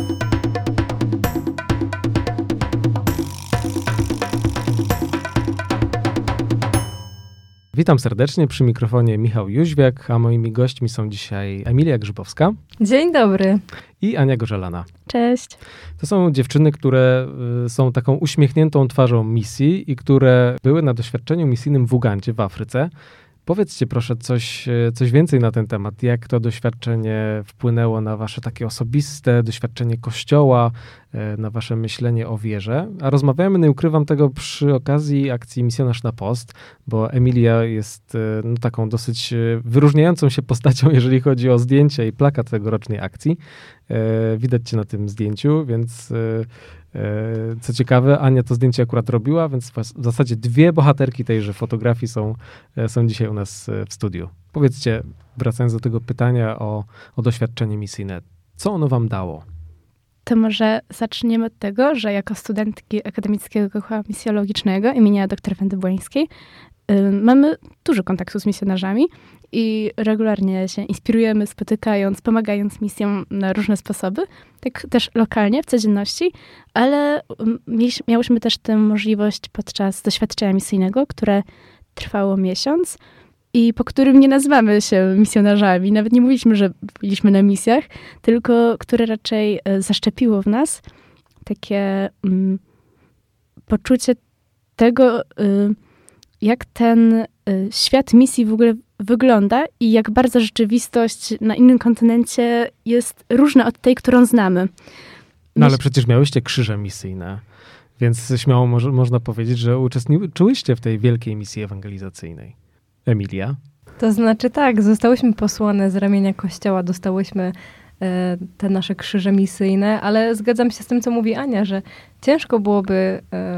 Witam serdecznie, przy mikrofonie Michał Jóźwiak, a moimi gośćmi są dzisiaj Emilia Grzybowska. Dzień dobry. I Ania Gorzelana. Cześć. To są dziewczyny, które są taką uśmiechniętą twarzą misji i które były na doświadczeniu misyjnym w Ugandzie, w Afryce. Powiedzcie proszę coś więcej na ten temat. Jak to doświadczenie wpłynęło na wasze takie osobiste doświadczenie Kościoła, na wasze myślenie o wierze? A rozmawiamy, nie ukrywam tego, przy okazji akcji Misjonarz na Post, bo Emilia jest taką dosyć wyróżniającą się postacią, jeżeli chodzi o zdjęcia i plakat tegorocznej akcji. Widać cię na tym zdjęciu, więc co ciekawe, Ania to zdjęcie akurat robiła, więc w zasadzie dwie bohaterki tejże fotografii są dzisiaj u nas w studiu. Powiedzcie, wracając do tego pytania o doświadczenie misyjne, co ono wam dało? To może zaczniemy od tego, że jako studentki Akademickiego Koła Misjologicznego imienia dr Wendy Błońskiej mamy dużo kontaktu z misjonarzami i regularnie się inspirujemy, spotykając, pomagając misjom na różne sposoby, tak też lokalnie, w codzienności, ale miałyśmy też tę możliwość podczas doświadczenia misyjnego, które trwało miesiąc i po którym nie nazywamy się misjonarzami. Nawet nie mówiliśmy, że byliśmy na misjach, tylko które raczej zaszczepiło w nas takie poczucie tego, jak ten świat misji w ogóle wygląda i jak bardzo rzeczywistość na innym kontynencie jest różna od tej, którą znamy. No ale przecież miałyście krzyże misyjne, więc śmiało można powiedzieć, że uczestniczyłyście w tej wielkiej misji ewangelizacyjnej. Emilia? To znaczy tak, zostałyśmy posłane z ramienia Kościoła, dostałyśmy te nasze krzyże misyjne, ale zgadzam się z tym, co mówi Ania, że ciężko byłoby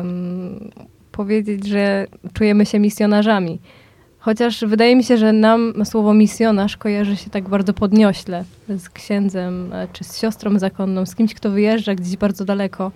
powiedzieć, że czujemy się misjonarzami. Chociaż wydaje mi się, że nam słowo misjonarz kojarzy się tak bardzo podniośle z księdzem, czy z siostrą zakonną, z kimś, kto wyjeżdża gdzieś bardzo daleko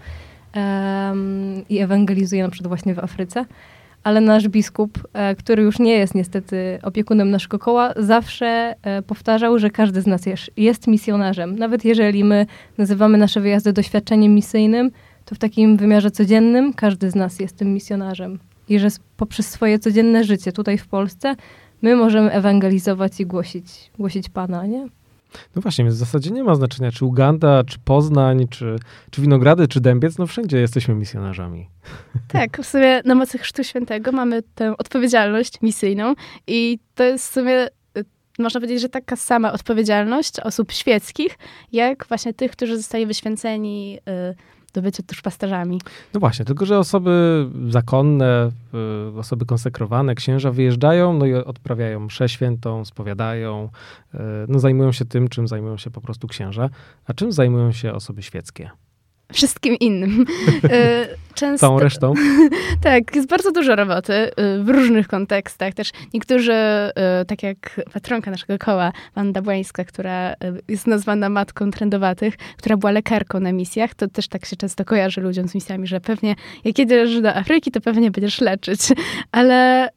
i ewangelizuje na przykład właśnie w Afryce. Ale nasz biskup, który już nie jest niestety opiekunem naszego koła, zawsze powtarzał, że każdy z nas jest misjonarzem. Nawet jeżeli my nazywamy nasze wyjazdy doświadczeniem misyjnym, to w takim wymiarze codziennym każdy z nas jest tym misjonarzem. I że poprzez swoje codzienne życie tutaj w Polsce my możemy ewangelizować i głosić Pana, nie? No właśnie, więc w zasadzie nie ma znaczenia, czy Uganda, czy Poznań, czy Winogrady, czy Dębiec, no wszędzie jesteśmy misjonarzami. Tak, w sumie na mocy Chrztu Świętego mamy tę odpowiedzialność misyjną i to jest w sumie, można powiedzieć, że taka sama odpowiedzialność osób świeckich, jak właśnie tych, którzy zostali wyświęceni do bycia duszpasterzami. No właśnie, tylko że osoby zakonne, osoby konsekrowane, księża wyjeżdżają, no i odprawiają mszę świętą, spowiadają, no zajmują się tym, czym zajmują się po prostu księża. A czym zajmują się osoby świeckie? Wszystkim innym. Często, całą resztą? Tak, jest bardzo dużo roboty w różnych kontekstach. Też niektórzy, tak jak patronka naszego koła, Wanda Błańska, która jest nazwana matką trędowatych, która była lekarką na misjach, to też tak się często kojarzy ludziom z misjami, że pewnie jak jedziesz do Afryki, to pewnie będziesz leczyć. Ale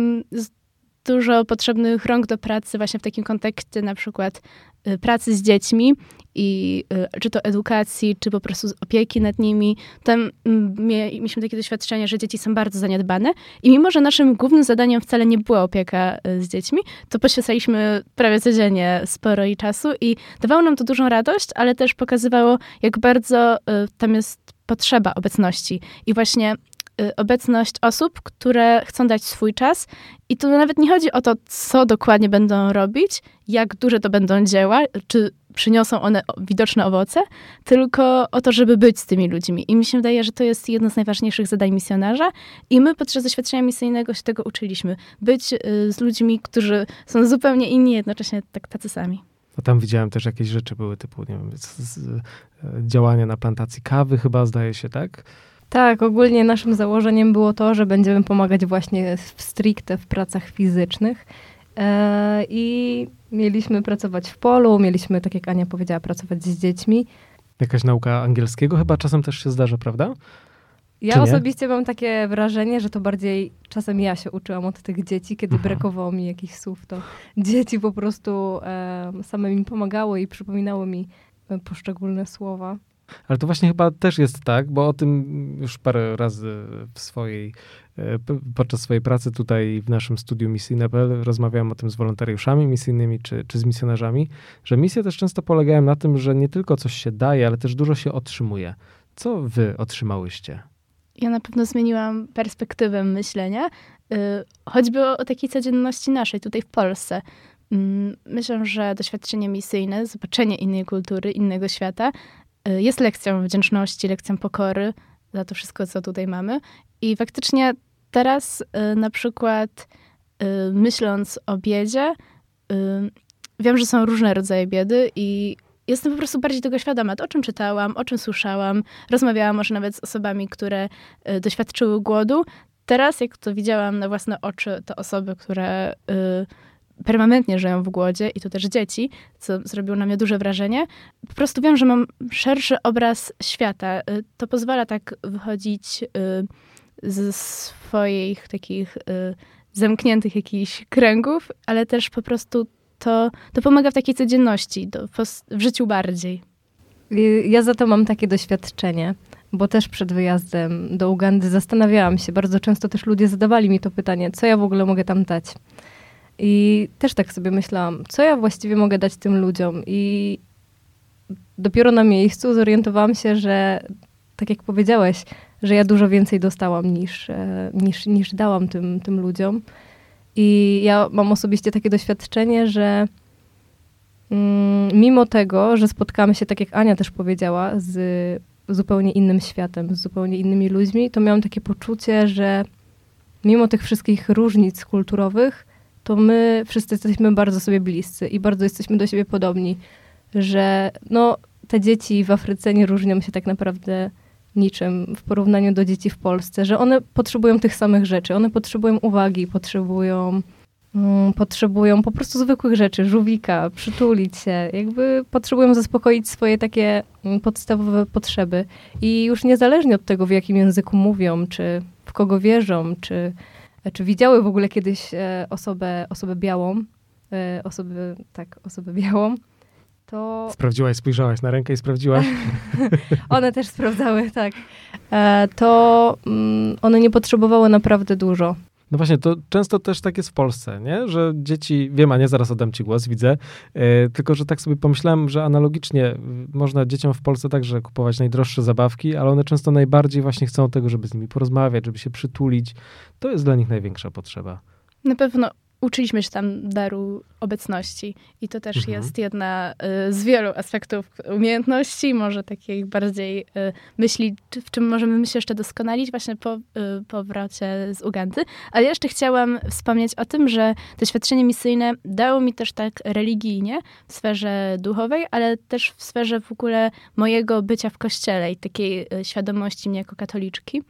dużo potrzebnych rąk do pracy właśnie w takim kontekście na przykład pracy z dziećmi i czy to edukacji, czy po prostu opieki nad nimi. Tam mieliśmy takie doświadczenie, że dzieci są bardzo zaniedbane i mimo, że naszym głównym zadaniem wcale nie była opieka z dziećmi, to poświęcaliśmy prawie codziennie sporo i czasu i dawało nam to dużą radość, ale też pokazywało, jak bardzo tam jest potrzeba obecności i właśnie obecność osób, które chcą dać swój czas i tu nawet nie chodzi o to, co dokładnie będą robić, jak duże to będą dzieła, czy przyniosą one widoczne owoce, tylko o to, żeby być z tymi ludźmi. I mi się wydaje, że to jest jedno z najważniejszych zadań misjonarza i my podczas doświadczenia misyjnego się tego uczyliśmy. Być z ludźmi, którzy są zupełnie inni, jednocześnie tacy sami. A tam widziałem też jakieś rzeczy były typu, nie wiem, działania na plantacji kawy chyba, zdaje się, tak? Tak, ogólnie naszym założeniem było to, że będziemy pomagać właśnie stricte w pracach fizycznych i mieliśmy pracować w polu, mieliśmy, tak jak Ania powiedziała, pracować z dziećmi. Jakaś nauka angielskiego chyba czasem też się zdarza, prawda? Ja osobiście mam takie wrażenie, że to bardziej czasem ja się uczyłam od tych dzieci, kiedy brakowało mi jakichś słów, to dzieci po prostu same mi pomagały i przypominały mi poszczególne słowa. Ale to właśnie chyba też jest tak, bo o tym już parę razy podczas swojej pracy tutaj w naszym studiu misyjne.pl rozmawiałem o tym z wolontariuszami misyjnymi czy z misjonarzami, że misje też często polegają na tym, że nie tylko coś się daje, ale też dużo się otrzymuje. Co wy otrzymałyście? Ja na pewno zmieniłam perspektywę myślenia, choćby o takiej codzienności naszej tutaj w Polsce. Myślę, że doświadczenie misyjne, zobaczenie innej kultury, innego świata jest lekcją wdzięczności, lekcją pokory za to wszystko, co tutaj mamy. I faktycznie teraz na przykład myśląc o biedzie, wiem, że są różne rodzaje biedy i jestem po prostu bardziej tego świadoma. To, o czym czytałam, o czym słyszałam, rozmawiałam może nawet z osobami, które doświadczyły głodu. Teraz, jak to widziałam na własne oczy, to osoby, które permanentnie żyją w głodzie i to też dzieci, co zrobiło na mnie duże wrażenie. Po prostu wiem, że mam szerszy obraz świata. To pozwala tak wychodzić ze swoich takich zamkniętych jakichś kręgów, ale też po prostu to pomaga w takiej codzienności, w życiu bardziej. Ja za to mam takie doświadczenie, bo też przed wyjazdem do Ugandy zastanawiałam się, bardzo często też ludzie zadawali mi to pytanie, co ja w ogóle mogę tam dać. I też tak sobie myślałam, co ja właściwie mogę dać tym ludziom. I dopiero na miejscu zorientowałam się, że tak jak powiedziałeś, że ja dużo więcej dostałam niż dałam tym ludziom. I ja mam osobiście takie doświadczenie, że mimo tego, że spotkamy się, tak jak Ania też powiedziała, z zupełnie innym światem, z zupełnie innymi ludźmi, to miałam takie poczucie, że mimo tych wszystkich różnic kulturowych, to my wszyscy jesteśmy bardzo sobie bliscy i bardzo jesteśmy do siebie podobni, że te dzieci w Afryce nie różnią się tak naprawdę niczym w porównaniu do dzieci w Polsce, że one potrzebują tych samych rzeczy, one potrzebują uwagi, potrzebują po prostu zwykłych rzeczy, żółwika, przytulić się, jakby potrzebują zaspokoić swoje takie podstawowe potrzeby. I już niezależnie od tego, w jakim języku mówią, czy w kogo wierzą, czy widziały w ogóle kiedyś osobę białą, osobę białą, to... Sprawdziłaś, spojrzałaś na rękę i sprawdziłaś? One też sprawdzały, tak. To one nie potrzebowały naprawdę dużo. No właśnie, to często też tak jest w Polsce, nie? Że dzieci, wiem, Ania, zaraz oddam ci głos, widzę, tylko że tak sobie pomyślałem, że analogicznie można dzieciom w Polsce także kupować najdroższe zabawki, ale one często najbardziej właśnie chcą tego, żeby z nimi porozmawiać, żeby się przytulić. To jest dla nich największa potrzeba. Na pewno uczyliśmy się tam daru obecności i to też jest jedna z wielu aspektów umiejętności, może takich bardziej myśli, w czym możemy się jeszcze doskonalić właśnie po powrocie z Ugandy. Ale jeszcze chciałam wspomnieć o tym, że doświadczenie misyjne dało mi też tak religijnie w sferze duchowej, ale też w sferze w ogóle mojego bycia w kościele i takiej świadomości mnie jako katoliczki.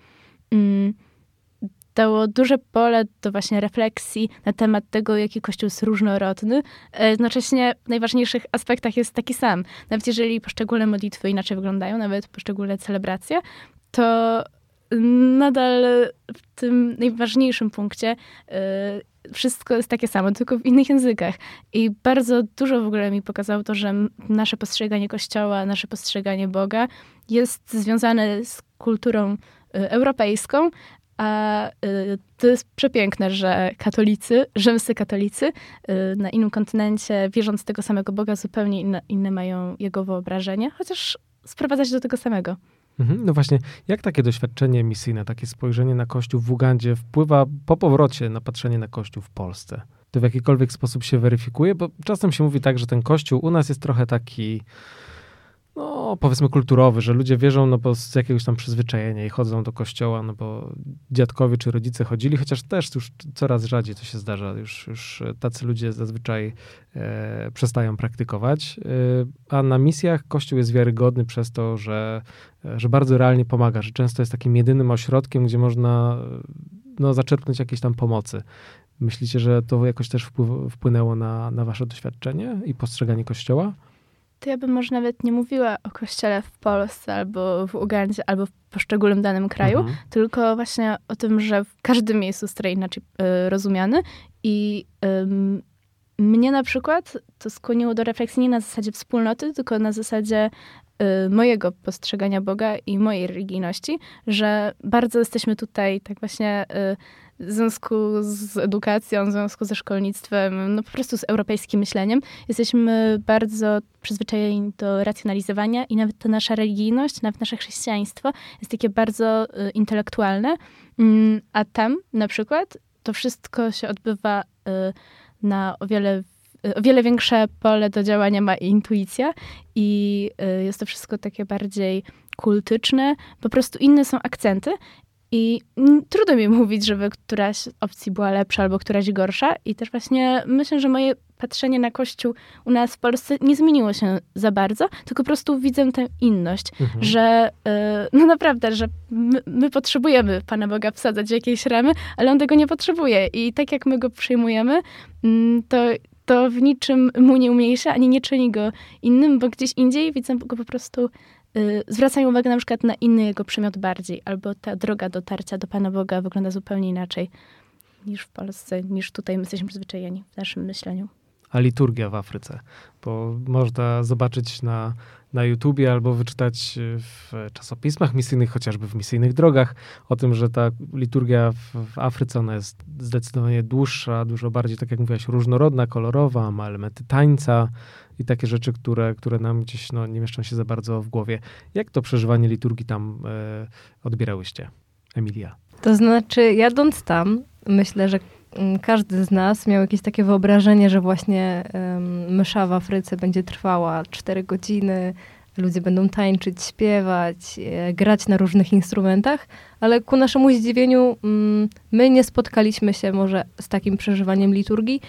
Dało duże pole do właśnie refleksji na temat tego, jaki Kościół jest różnorodny. Jednocześnie w najważniejszych aspektach jest taki sam. Nawet jeżeli poszczególne modlitwy inaczej wyglądają, nawet poszczególne celebracje, to nadal w tym najważniejszym punkcie wszystko jest takie samo, tylko w innych językach. I bardzo dużo w ogóle mi pokazało to, że nasze postrzeganie Kościoła, nasze postrzeganie Boga jest związane z kulturą europejską, a to jest przepiękne, że rzymscy katolicy na innym kontynencie, wierząc w tego samego Boga, zupełnie inne mają jego wyobrażenie, chociaż sprowadza się do tego samego. No właśnie, jak takie doświadczenie misyjne, takie spojrzenie na Kościół w Ugandzie wpływa po powrocie na patrzenie na Kościół w Polsce? To w jakikolwiek sposób się weryfikuje? Bo czasem się mówi tak, że ten Kościół u nas jest trochę taki, powiedzmy kulturowy, że ludzie wierzą, bo z jakiegoś tam przyzwyczajenia i chodzą do kościoła, bo dziadkowie czy rodzice chodzili, chociaż też już coraz rzadziej to się zdarza. Już tacy ludzie zazwyczaj przestają praktykować. A na misjach Kościół jest wiarygodny przez to, że bardzo realnie pomaga, że często jest takim jedynym ośrodkiem, gdzie można zaczerpnąć jakieś tam pomocy. Myślicie, że to jakoś też wpłynęło na wasze doświadczenie i postrzeganie Kościoła? To ja bym może nawet nie mówiła o Kościele w Polsce, albo w Ugandzie, albo w poszczególnym danym kraju, tylko właśnie o tym, że w każdym miejscu jest trochę inaczej rozumiany i mnie na przykład to skłoniło do refleksji nie na zasadzie wspólnoty, tylko na zasadzie mojego postrzegania Boga i mojej religijności, że bardzo jesteśmy tutaj tak właśnie w związku z edukacją, w związku ze szkolnictwem, no po prostu z europejskim myśleniem. Jesteśmy bardzo przyzwyczajeni do racjonalizowania i nawet ta nasza religijność, nawet nasze chrześcijaństwo jest takie bardzo intelektualne, a tam na przykład to wszystko się odbywa na o wiele większe pole do działania ma intuicja i jest to wszystko takie bardziej kultyczne. Po prostu inne są akcenty i trudno mi mówić, żeby któraś z opcji była lepsza albo któraś gorsza. I też właśnie myślę, że moje patrzenie na Kościół u nas w Polsce nie zmieniło się za bardzo, tylko po prostu widzę tę inność, że no naprawdę, że my potrzebujemy Pana Boga wsadzać w jakieś ramy, ale On tego nie potrzebuje. I tak jak my Go przyjmujemy, to w niczym mu nie umniejsza, ani nie czyni go innym, bo gdzieś indziej widzę go po prostu, zwracają uwagę na przykład na inny jego przymiot bardziej, albo ta droga dotarcia do Pana Boga wygląda zupełnie inaczej niż w Polsce, niż tutaj my jesteśmy przyzwyczajeni w naszym myśleniu. A liturgia w Afryce? Bo można zobaczyć na YouTubie albo wyczytać w czasopismach misyjnych, chociażby w Misyjnych Drogach, o tym, że ta liturgia w Afryce, ona jest zdecydowanie dłuższa, dużo bardziej, tak jak mówiłaś, różnorodna, kolorowa, ma elementy tańca i takie rzeczy, które nam gdzieś nie mieszczą się za bardzo w głowie. Jak to przeżywanie liturgii tam odbierałyście? Emilia? To znaczy, jadąc tam, myślę, że każdy z nas miał jakieś takie wyobrażenie, że właśnie msza w Afryce będzie trwała 4 godziny, ludzie będą tańczyć, śpiewać, grać na różnych instrumentach, ale ku naszemu zdziwieniu my nie spotkaliśmy się może z takim przeżywaniem liturgii.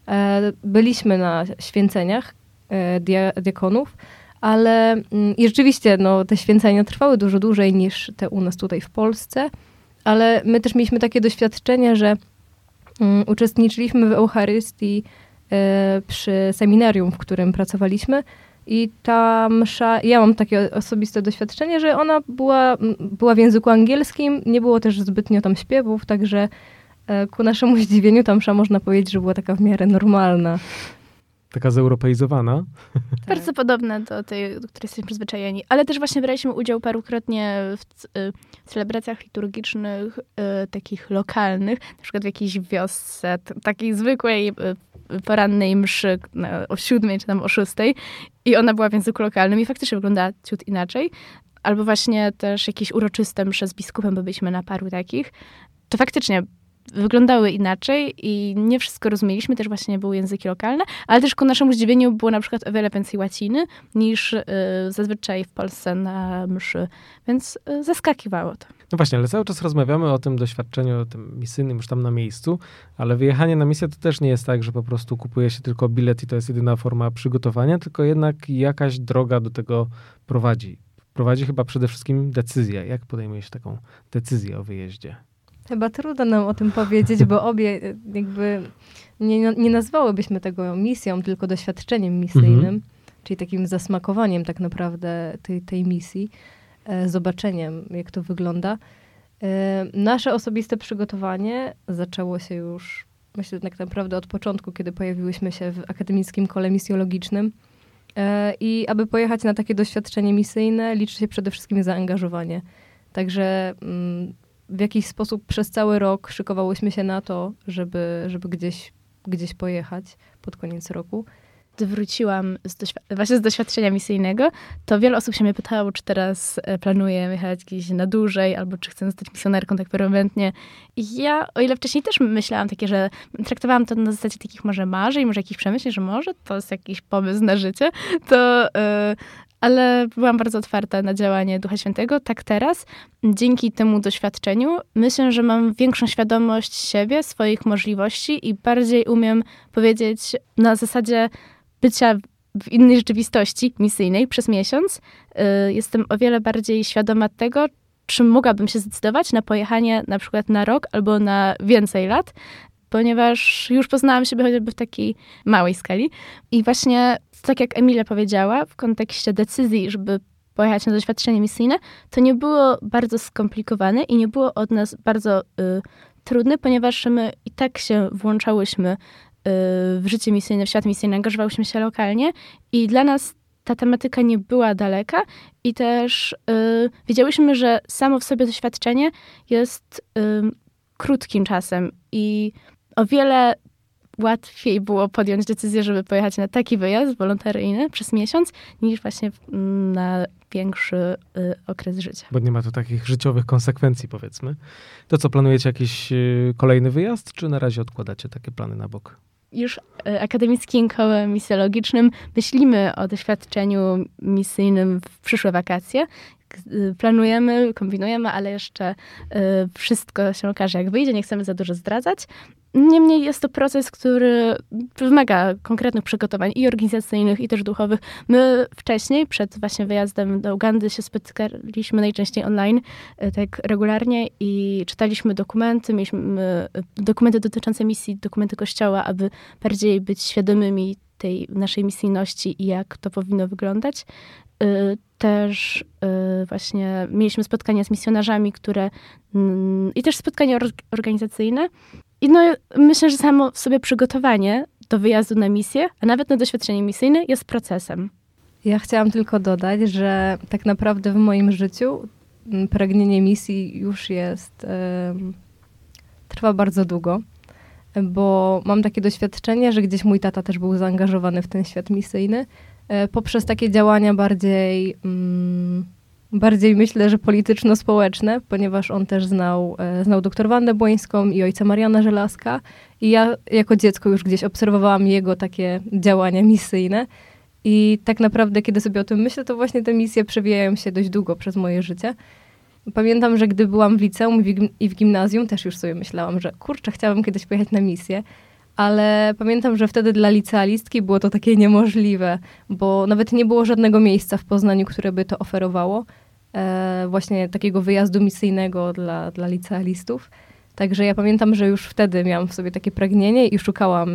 Byliśmy na święceniach diakonów, ale i rzeczywiście te święcenia trwały dużo dłużej niż te u nas tutaj w Polsce, ale my też mieliśmy takie doświadczenie, że uczestniczyliśmy w Eucharystii przy seminarium, w którym pracowaliśmy i ta msza, ja mam takie osobiste doświadczenie, że ona była w języku angielskim, nie było też zbytnio tam śpiewów, także ku naszemu zdziwieniu ta msza, można powiedzieć, że była taka w miarę normalna. Taka zeuropeizowana. Tak. Bardzo podobna do tej, do której jesteśmy przyzwyczajeni. Ale też właśnie braliśmy udział parukrotnie w celebracjach liturgicznych, takich lokalnych, na przykład w jakiejś wiosce, takiej zwykłej porannej mszy o 7 czy tam o 6. I ona była w języku lokalnym i faktycznie wyglądała ciut inaczej. Albo właśnie też jakieś uroczyste msze z biskupem, bo byliśmy na paru takich. To faktycznie wyglądały inaczej i nie wszystko rozumieliśmy, też właśnie były języki lokalne, ale też ku naszemu zdziwieniu było na przykład o wiele więcej łaciny niż zazwyczaj w Polsce na mszy, więc zaskakiwało to. No właśnie, ale cały czas rozmawiamy o tym doświadczeniu, o tym misyjnym już tam na miejscu, ale wyjechanie na misję to też nie jest tak, że po prostu kupuje się tylko bilet i to jest jedyna forma przygotowania, tylko jednak jakaś droga do tego prowadzi. Prowadzi chyba przede wszystkim decyzja. Jak podejmuje się taką decyzję o wyjeździe? Chyba trudno nam o tym powiedzieć, bo obie jakby nie nazwałybyśmy tego misją, tylko doświadczeniem misyjnym, czyli takim zasmakowaniem tak naprawdę tej misji, zobaczeniem, jak to wygląda. Nasze osobiste przygotowanie zaczęło się już, myślę, tak naprawdę od początku, kiedy pojawiłyśmy się w akademickim kole misjologicznym. I aby pojechać na takie doświadczenie misyjne, liczy się przede wszystkim zaangażowanie. Także w jakiś sposób przez cały rok szykowałyśmy się na to, żeby gdzieś pojechać pod koniec roku. Gdy wróciłam z doświadczenia misyjnego, to wiele osób się mnie pytało, czy teraz planuję jechać gdzieś na dłużej, albo czy chcę zostać misjonerką tak permanentnie. I ja, o ile wcześniej też myślałam takie, że traktowałam to na zasadzie takich może marzeń, może jakichś przemyśleń, że może to jest jakiś pomysł na życie, to ale byłam bardzo otwarta na działanie Ducha Świętego. Tak teraz, dzięki temu doświadczeniu, myślę, że mam większą świadomość siebie, swoich możliwości i bardziej umiem powiedzieć na zasadzie bycia w innej rzeczywistości misyjnej przez miesiąc. Jestem o wiele bardziej świadoma tego, czy mogłabym się zdecydować na pojechanie na przykład na rok albo na więcej lat, ponieważ już poznałam siebie chociażby w takiej małej skali. I właśnie, tak jak Emilia powiedziała, w kontekście decyzji, żeby pojechać na doświadczenie misyjne, to nie było bardzo skomplikowane i nie było od nas bardzo trudne, ponieważ my i tak się włączałyśmy w życie misyjne, w świat misyjny, angażowałyśmy się lokalnie i dla nas ta tematyka nie była daleka i też wiedziałyśmy, że samo w sobie doświadczenie jest krótkim czasem i o wiele łatwiej było podjąć decyzję, żeby pojechać na taki wyjazd wolontaryjny przez miesiąc, niż właśnie na większy okres życia. Bo nie ma tu takich życiowych konsekwencji, powiedzmy. To co, planujecie jakiś kolejny wyjazd, czy na razie odkładacie takie plany na bok? Już akademickim kołem misjologicznym myślimy o doświadczeniu misyjnym w przyszłe wakacje. Planujemy, kombinujemy, ale jeszcze wszystko się okaże, jak wyjdzie. Nie chcemy za dużo zdradzać. Niemniej jest to proces, który wymaga konkretnych przygotowań i organizacyjnych, i też duchowych. My wcześniej, przed właśnie wyjazdem do Ugandy, się spotykaliśmy najczęściej online, tak regularnie i czytaliśmy dokumenty, mieliśmy dokumenty dotyczące misji, dokumenty Kościoła, aby bardziej być świadomymi tej naszej misyjności i jak to powinno wyglądać. Też właśnie mieliśmy spotkania z misjonarzami, i też spotkania organizacyjne. I no, myślę, że samo w sobie przygotowanie do wyjazdu na misję, a nawet na doświadczenie misyjne jest procesem. Ja chciałam tylko dodać, że tak naprawdę w moim życiu pragnienie misji już jest, trwa bardzo długo, bo mam takie doświadczenie, że gdzieś mój tata też był zaangażowany w ten świat misyjny, poprzez takie działania bardziej myślę, że polityczno-społeczne, ponieważ on też znał dr Wandę Błońską i ojca Mariana Żelazka i ja jako dziecko już gdzieś obserwowałam jego takie działania misyjne i tak naprawdę, kiedy sobie o tym myślę, to właśnie te misje przewijają się dość długo przez moje życie. Pamiętam, że gdy byłam w liceum i w gimnazjum, też już sobie myślałam, że kurczę, chciałabym kiedyś pojechać na misję, ale pamiętam, że wtedy dla licealistki było to takie niemożliwe, bo nawet nie było żadnego miejsca w Poznaniu, które by to oferowało, właśnie takiego wyjazdu misyjnego dla licealistów. Także ja pamiętam, że już wtedy miałam w sobie takie pragnienie i szukałam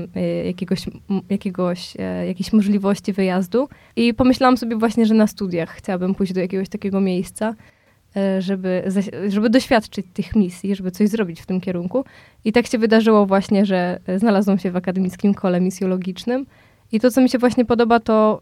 jakiejś możliwości wyjazdu. I pomyślałam sobie właśnie, że na studiach chciałabym pójść do jakiegoś takiego miejsca, żeby doświadczyć tych misji, żeby coś zrobić w tym kierunku. I tak się wydarzyło właśnie, że znalazłam się w akademickim kole misjologicznym. I to, co mi się właśnie podoba, to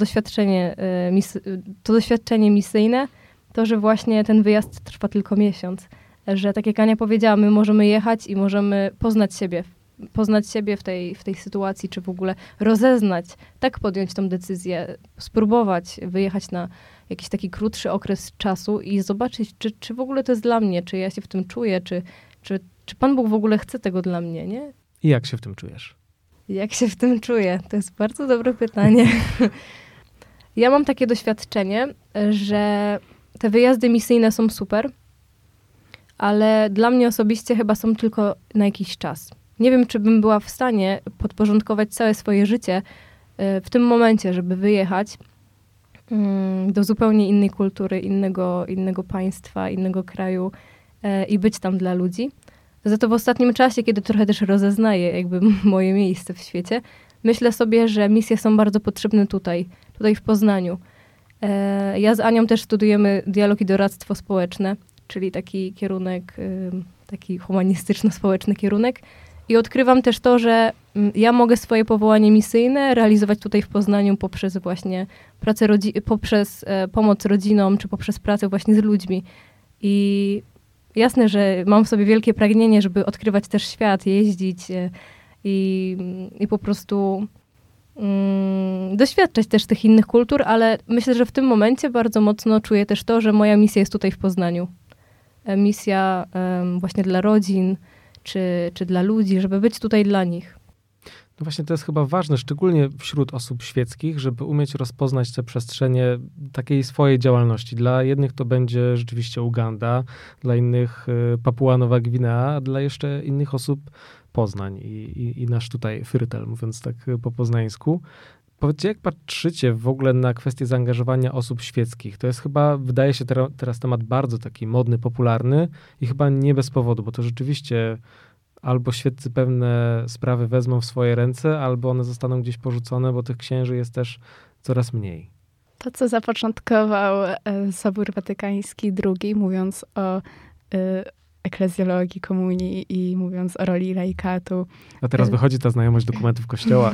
doświadczenie misyjne, to, że właśnie ten wyjazd trwa tylko miesiąc. Że tak jak Ania powiedziała, my możemy jechać i możemy poznać siebie w tej sytuacji, czy w ogóle rozeznać, tak podjąć tą decyzję, spróbować wyjechać na jakiś taki krótszy okres czasu i zobaczyć, czy w ogóle to jest dla mnie, czy ja się w tym czuję, czy Pan Bóg w ogóle chce tego dla mnie, nie? I jak się w tym czujesz? Jak się w tym czuję? To jest bardzo dobre pytanie. Ja mam takie doświadczenie, że te wyjazdy misyjne są super, ale dla mnie osobiście chyba są tylko na jakiś czas. Nie wiem, czy bym była w stanie podporządkować całe swoje życie w tym momencie, żeby wyjechać do zupełnie innej kultury, innego państwa, innego kraju i być tam dla ludzi. Za to w ostatnim czasie, kiedy trochę też rozeznaję jakby moje miejsce w świecie, myślę sobie, że misje są bardzo potrzebne tutaj w Poznaniu. Ja z Anią też studujemy dialog i doradztwo społeczne, czyli taki kierunek, taki humanistyczno-społeczny kierunek. I odkrywam też to, że ja mogę swoje powołanie misyjne realizować tutaj w Poznaniu poprzez właśnie pracę poprzez pomoc rodzinom, czy poprzez pracę właśnie z ludźmi. I jasne, że mam w sobie wielkie pragnienie, żeby odkrywać też świat, jeździć i po prostu doświadczać też tych innych kultur, ale myślę, że w tym momencie bardzo mocno czuję też to, że moja misja jest tutaj w Poznaniu. Misja właśnie dla rodzin, czy dla ludzi, żeby być tutaj dla nich. No właśnie to jest chyba ważne, szczególnie wśród osób świeckich, żeby umieć rozpoznać te przestrzenie takiej swojej działalności. Dla jednych to będzie rzeczywiście Uganda, dla innych Papua Nowa Gwinea, a dla jeszcze innych osób Poznań i nasz tutaj Frytel, mówiąc tak po poznańsku. Powiedzcie, jak patrzycie w ogóle na kwestię zaangażowania osób świeckich? To jest chyba, wydaje się teraz temat bardzo taki modny, popularny i chyba nie bez powodu, bo to rzeczywiście albo świeccy pewne sprawy wezmą w swoje ręce, albo one zostaną gdzieś porzucone, bo tych księży jest też coraz mniej. To, co zapoczątkował Sobór Watykański II, mówiąc o eklezjologii, komunii i mówiąc o roli laikatu. A teraz wychodzi ta znajomość dokumentów Kościoła.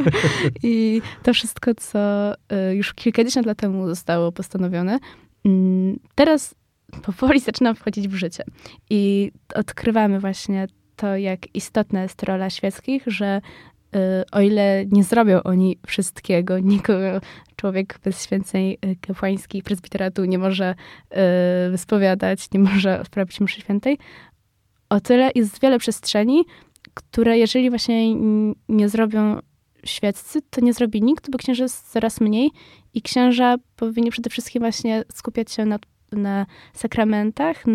I to wszystko, co już kilkadziesiąt lat temu zostało postanowione, teraz powoli zaczyna wchodzić w życie. I odkrywamy właśnie to, jak istotna jest rola świeckich, że o ile nie zrobią oni wszystkiego, nikogo człowiek bez święceń kapłańskiej prezbiteratu nie może wyspowiadać, nie może odprawić mszy świętej, o tyle jest wiele przestrzeni, które jeżeli właśnie nie zrobią świeccy, to nie zrobi nikt, bo księży jest coraz mniej i księża powinni przede wszystkim właśnie skupiać się na sakramentach,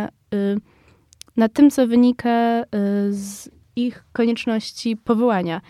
na tym, co wynika z ich konieczności powołania.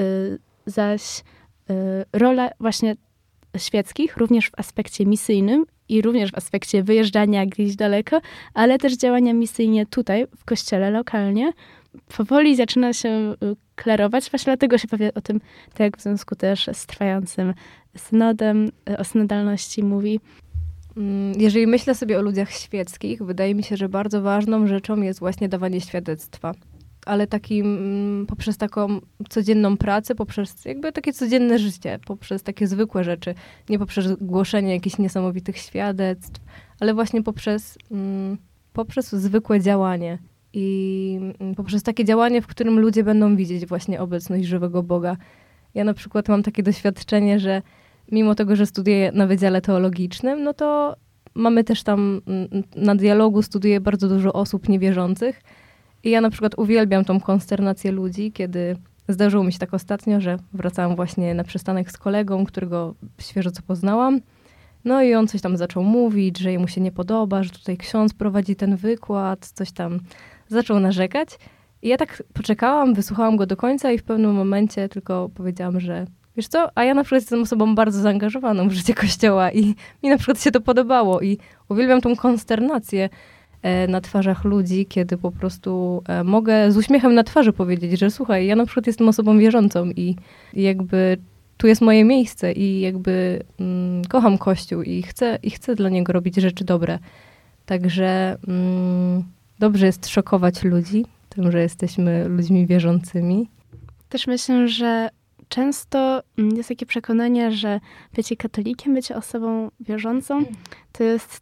Zaś rola właśnie świeckich, również w aspekcie misyjnym i również w aspekcie wyjeżdżania gdzieś daleko, ale też działania misyjnie tutaj, w kościele, lokalnie, powoli zaczyna się klarować. Właśnie dlatego się powie o tym, tak jak w związku też z trwającym synodem, o synodalności mówi. Jeżeli myślę sobie o ludziach świeckich, wydaje mi się, że bardzo ważną rzeczą jest właśnie dawanie świadectwa. Ale poprzez taką codzienną pracę, poprzez jakby takie codzienne życie, poprzez takie zwykłe rzeczy, nie poprzez głoszenie jakichś niesamowitych świadectw, ale właśnie poprzez zwykłe działanie i poprzez takie działanie, w którym ludzie będą widzieć właśnie obecność żywego Boga. Ja na przykład mam takie doświadczenie, że mimo tego, że studiuję na Wydziale Teologicznym, no to mamy też tam na dialogu studiuję bardzo dużo osób niewierzących. I ja na przykład uwielbiam tą konsternację ludzi, kiedy zdarzyło mi się tak ostatnio, że wracałam właśnie na przystanek z kolegą, którego świeżo co poznałam. No i on coś tam zaczął mówić, że jemu się nie podoba, że tutaj ksiądz prowadzi ten wykład, coś tam zaczął narzekać. I ja tak poczekałam, wysłuchałam go do końca i w pewnym momencie tylko powiedziałam, że wiesz co, a ja na przykład jestem osobą bardzo zaangażowaną w życie Kościoła i mi na przykład się to podobało i uwielbiam tą konsternację na twarzach ludzi, kiedy po prostu mogę z uśmiechem na twarzy powiedzieć, że słuchaj, ja na przykład jestem osobą wierzącą i jakby tu jest moje miejsce i jakby kocham Kościół i chcę dla niego robić rzeczy dobre. Także dobrze jest szokować ludzi tym, że jesteśmy ludźmi wierzącymi. Też myślę, że często jest takie przekonanie, że bycie katolikiem, bycie osobą wierzącą, to jest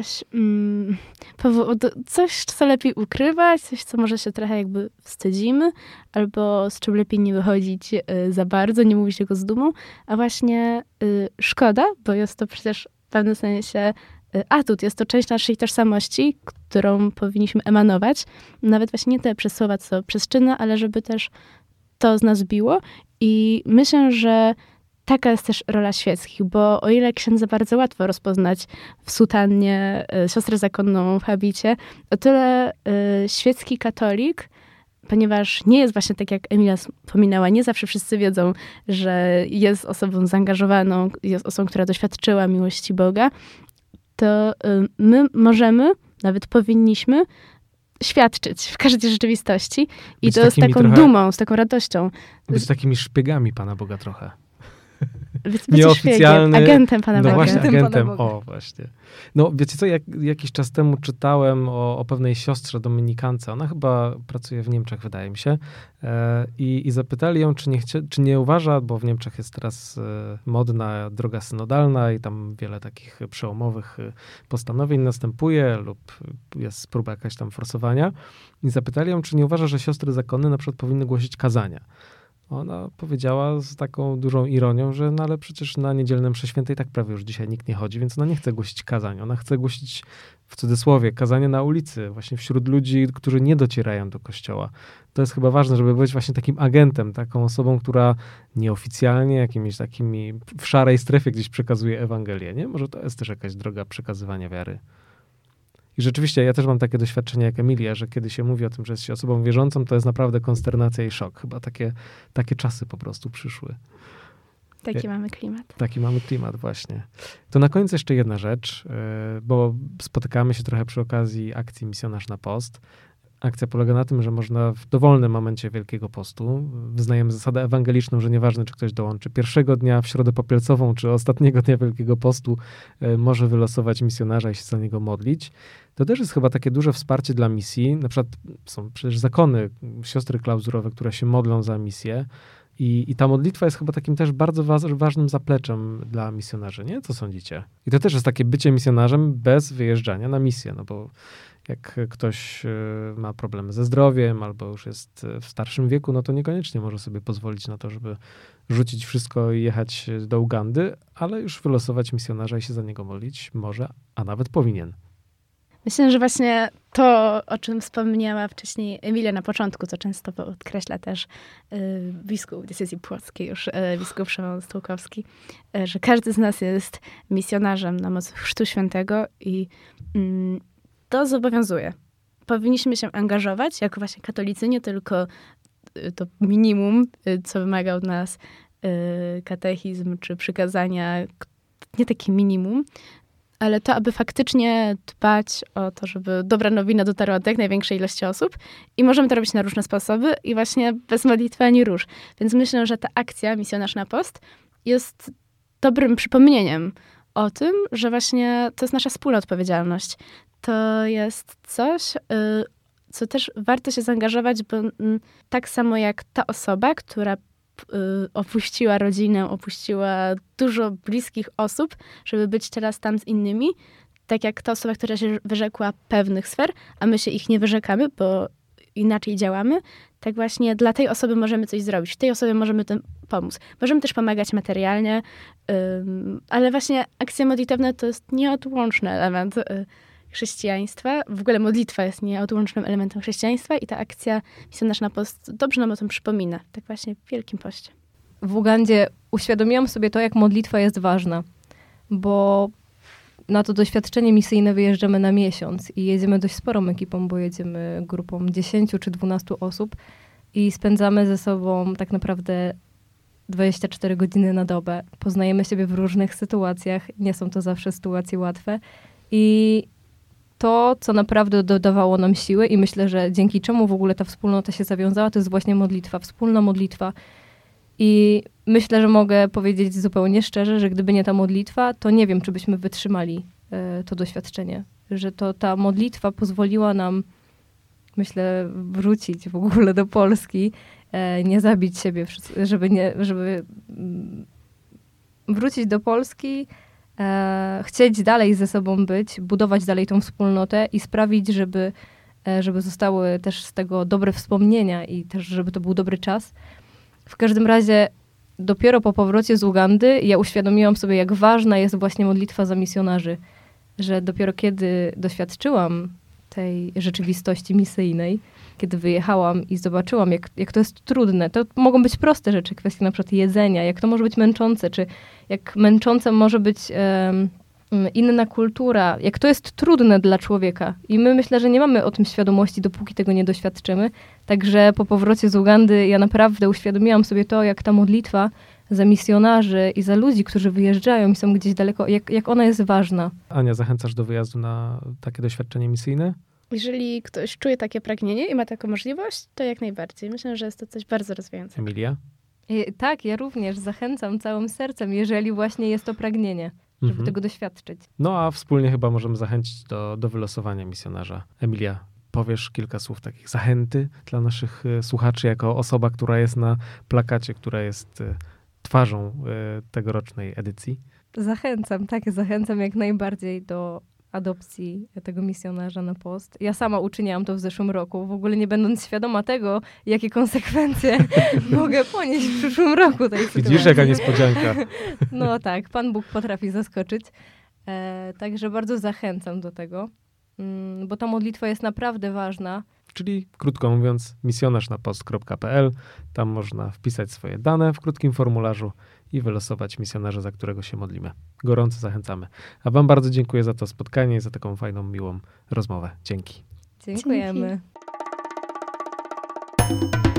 coś, co lepiej ukrywać, coś, co może się trochę jakby wstydzimy, albo z czym lepiej nie wychodzić za bardzo, nie mówić tego z dumą, a właśnie szkoda, bo jest to przecież w pewnym sensie atut, jest to część naszej tożsamości, którą powinniśmy emanować, nawet właśnie nie te przez słowa, co przez czyny, ale żeby też to z nas biło. I myślę, że taka jest też rola świeckich, bo o ile księdza bardzo łatwo rozpoznać w sutannie, siostrę zakonną w habicie, o tyle świecki katolik, ponieważ nie jest właśnie tak, jak Emilia wspominała, nie zawsze wszyscy wiedzą, że jest osobą zaangażowaną, jest osobą, która doświadczyła miłości Boga, to my możemy, nawet powinniśmy świadczyć w każdej rzeczywistości i być to z taką dumą, z taką radością. Być takimi szpiegami Pana Boga trochę. Nieoficjalny. Agentem Pana Boga. No właśnie, agentem. Pana Boga. O, właśnie. No wiecie co, jakiś czas temu czytałem o pewnej siostrze dominikance. Ona chyba pracuje w Niemczech, wydaje mi się. I zapytali ją, czy nie uważa, bo w Niemczech jest teraz modna droga synodalna i tam wiele takich przełomowych postanowień następuje lub jest próba jakaś tam forsowania. I zapytali ją, czy nie uważa, że siostry zakonne na przykład powinny głosić kazania. Ona powiedziała z taką dużą ironią, że no ale przecież na niedzielne mszy świętej tak prawie już dzisiaj nikt nie chodzi, więc ona nie chce głosić kazań. Ona chce głosić, w cudzysłowie, kazanie na ulicy, właśnie wśród ludzi, którzy nie docierają do kościoła. To jest chyba ważne, żeby być właśnie takim agentem, taką osobą, która nieoficjalnie, jakimiś takimi w szarej strefie gdzieś przekazuje Ewangelię, nie? Może to jest też jakaś droga przekazywania wiary. I rzeczywiście, ja też mam takie doświadczenie jak Emilia, że kiedy się mówi o tym, że jest się osobą wierzącą, to jest naprawdę konsternacja i szok. Chyba takie czasy po prostu przyszły. Taki mamy klimat. Taki mamy klimat, właśnie. To na koniec jeszcze jedna rzecz, bo spotykamy się trochę przy okazji akcji Misjonarz na Post, Akcja polega na tym, że można w dowolnym momencie Wielkiego Postu, wyznajemy zasadę ewangeliczną, że nieważne, czy ktoś dołączy pierwszego dnia w Środę Popielcową, czy ostatniego dnia Wielkiego Postu, może wylosować misjonarza i się za niego modlić. To też jest chyba takie duże wsparcie dla misji. Na przykład są przecież zakony, siostry klauzurowe, które się modlą za misję. I ta modlitwa jest chyba takim też bardzo ważnym zapleczem dla misjonarzy, nie? Co sądzicie? I to też jest takie bycie misjonarzem bez wyjeżdżania na misję, no bo jak ktoś ma problemy ze zdrowiem albo już jest w starszym wieku, no to niekoniecznie może sobie pozwolić na to, żeby rzucić wszystko i jechać do Ugandy, ale już wylosować misjonarza i się za niego modlić może, a nawet powinien. Myślę, że właśnie to, o czym wspomniała wcześniej Emilia na początku, co często podkreśla też biskup diecezji płockiej, już biskup Szymon Stułkowski, że każdy z nas jest misjonarzem na mocy Chrztu Świętego i to zobowiązuje. Powinniśmy się angażować jako właśnie katolicy, nie tylko to minimum, co wymaga od nas katechizm czy przykazania, nie takie minimum, ale to, aby faktycznie dbać o to, żeby dobra nowina dotarła do jak największej ilości osób i możemy to robić na różne sposoby i właśnie bez modlitwy ani róż. Więc myślę, że ta akcja Misjonarz na Post jest dobrym przypomnieniem o tym, że właśnie to jest nasza wspólna odpowiedzialność. To jest coś, co też warto się zaangażować, bo tak samo jak ta osoba, która opuściła rodzinę, opuściła dużo bliskich osób, żeby być teraz tam z innymi, tak jak ta osoba, która się wyrzekła pewnych sfer, a my się ich nie wyrzekamy, bo inaczej działamy, tak właśnie dla tej osoby możemy coś zrobić. Tej osobie możemy tym pomóc. Możemy też pomagać materialnie, ale właśnie akcja modlitewna to jest nieodłączny element chrześcijaństwa. W ogóle modlitwa jest nieodłącznym elementem chrześcijaństwa i ta akcja Misjonarz na Post dobrze nam o tym przypomina. Tak właśnie w Wielkim Poście. W Ugandzie uświadomiłam sobie to, jak modlitwa jest ważna, bo na to doświadczenie misyjne wyjeżdżamy na miesiąc i jedziemy dość sporą ekipą, bo jedziemy grupą 10 czy 12 osób i spędzamy ze sobą tak naprawdę 24 godziny na dobę. Poznajemy siebie w różnych sytuacjach, nie są to zawsze sytuacje łatwe i to, co naprawdę dodawało nam siły i myślę, że dzięki czemu w ogóle ta wspólnota się zawiązała, to jest właśnie modlitwa, wspólna modlitwa. I myślę, że mogę powiedzieć zupełnie szczerze, że gdyby nie ta modlitwa, to nie wiem, czy byśmy wytrzymali to doświadczenie. Że to ta modlitwa pozwoliła nam, myślę, wrócić w ogóle do Polski, nie zabić siebie, żeby wrócić do Polski, chcieć dalej ze sobą być, budować dalej tą wspólnotę i sprawić, żeby zostały też z tego dobre wspomnienia i też, żeby to był dobry czas. W każdym razie dopiero po powrocie z Ugandy ja uświadomiłam sobie, jak ważna jest właśnie modlitwa za misjonarzy. Że dopiero kiedy doświadczyłam tej rzeczywistości misyjnej, kiedy wyjechałam i zobaczyłam, jak to jest trudne. To mogą być proste rzeczy, kwestie na przykład jedzenia, jak to może być męczące, czy jak męczące może być inna kultura, jak to jest trudne dla człowieka. I my myślę, że nie mamy o tym świadomości, dopóki tego nie doświadczymy. Także po powrocie z Ugandy ja naprawdę uświadomiłam sobie to, jak ta modlitwa za misjonarzy i za ludzi, którzy wyjeżdżają i są gdzieś daleko, jak ona jest ważna. Ania, zachęcasz do wyjazdu na takie doświadczenie misyjne? Jeżeli ktoś czuje takie pragnienie i ma taką możliwość, to jak najbardziej. Myślę, że jest to coś bardzo rozwijającego. Emilia? Tak, ja również zachęcam całym sercem, jeżeli właśnie jest to pragnienie, żeby tego doświadczyć. No a wspólnie chyba możemy zachęcić do wylosowania misjonarza. Emilia, powiesz kilka słów takich zachęty dla naszych słuchaczy, jako osoba, która jest na plakacie, która jest twarzą tegorocznej edycji? Zachęcam jak najbardziej do adopcji tego misjonarza na post. Ja sama uczyniłam to w zeszłym roku, w ogóle nie będąc świadoma tego, jakie konsekwencje mogę ponieść w przyszłym roku tej sytuacji. Widzisz, jaka niespodzianka. No tak, Pan Bóg potrafi zaskoczyć. Także bardzo zachęcam do tego, bo ta modlitwa jest naprawdę ważna. Czyli, krótko mówiąc, misjonarznapost.pl. Tam można wpisać swoje dane w krótkim formularzu i wylosować misjonarza, za którego się modlimy. Gorąco zachęcamy. A wam bardzo dziękuję za to spotkanie i za taką fajną, miłą rozmowę. Dzięki. Dziękujemy. Dzięki.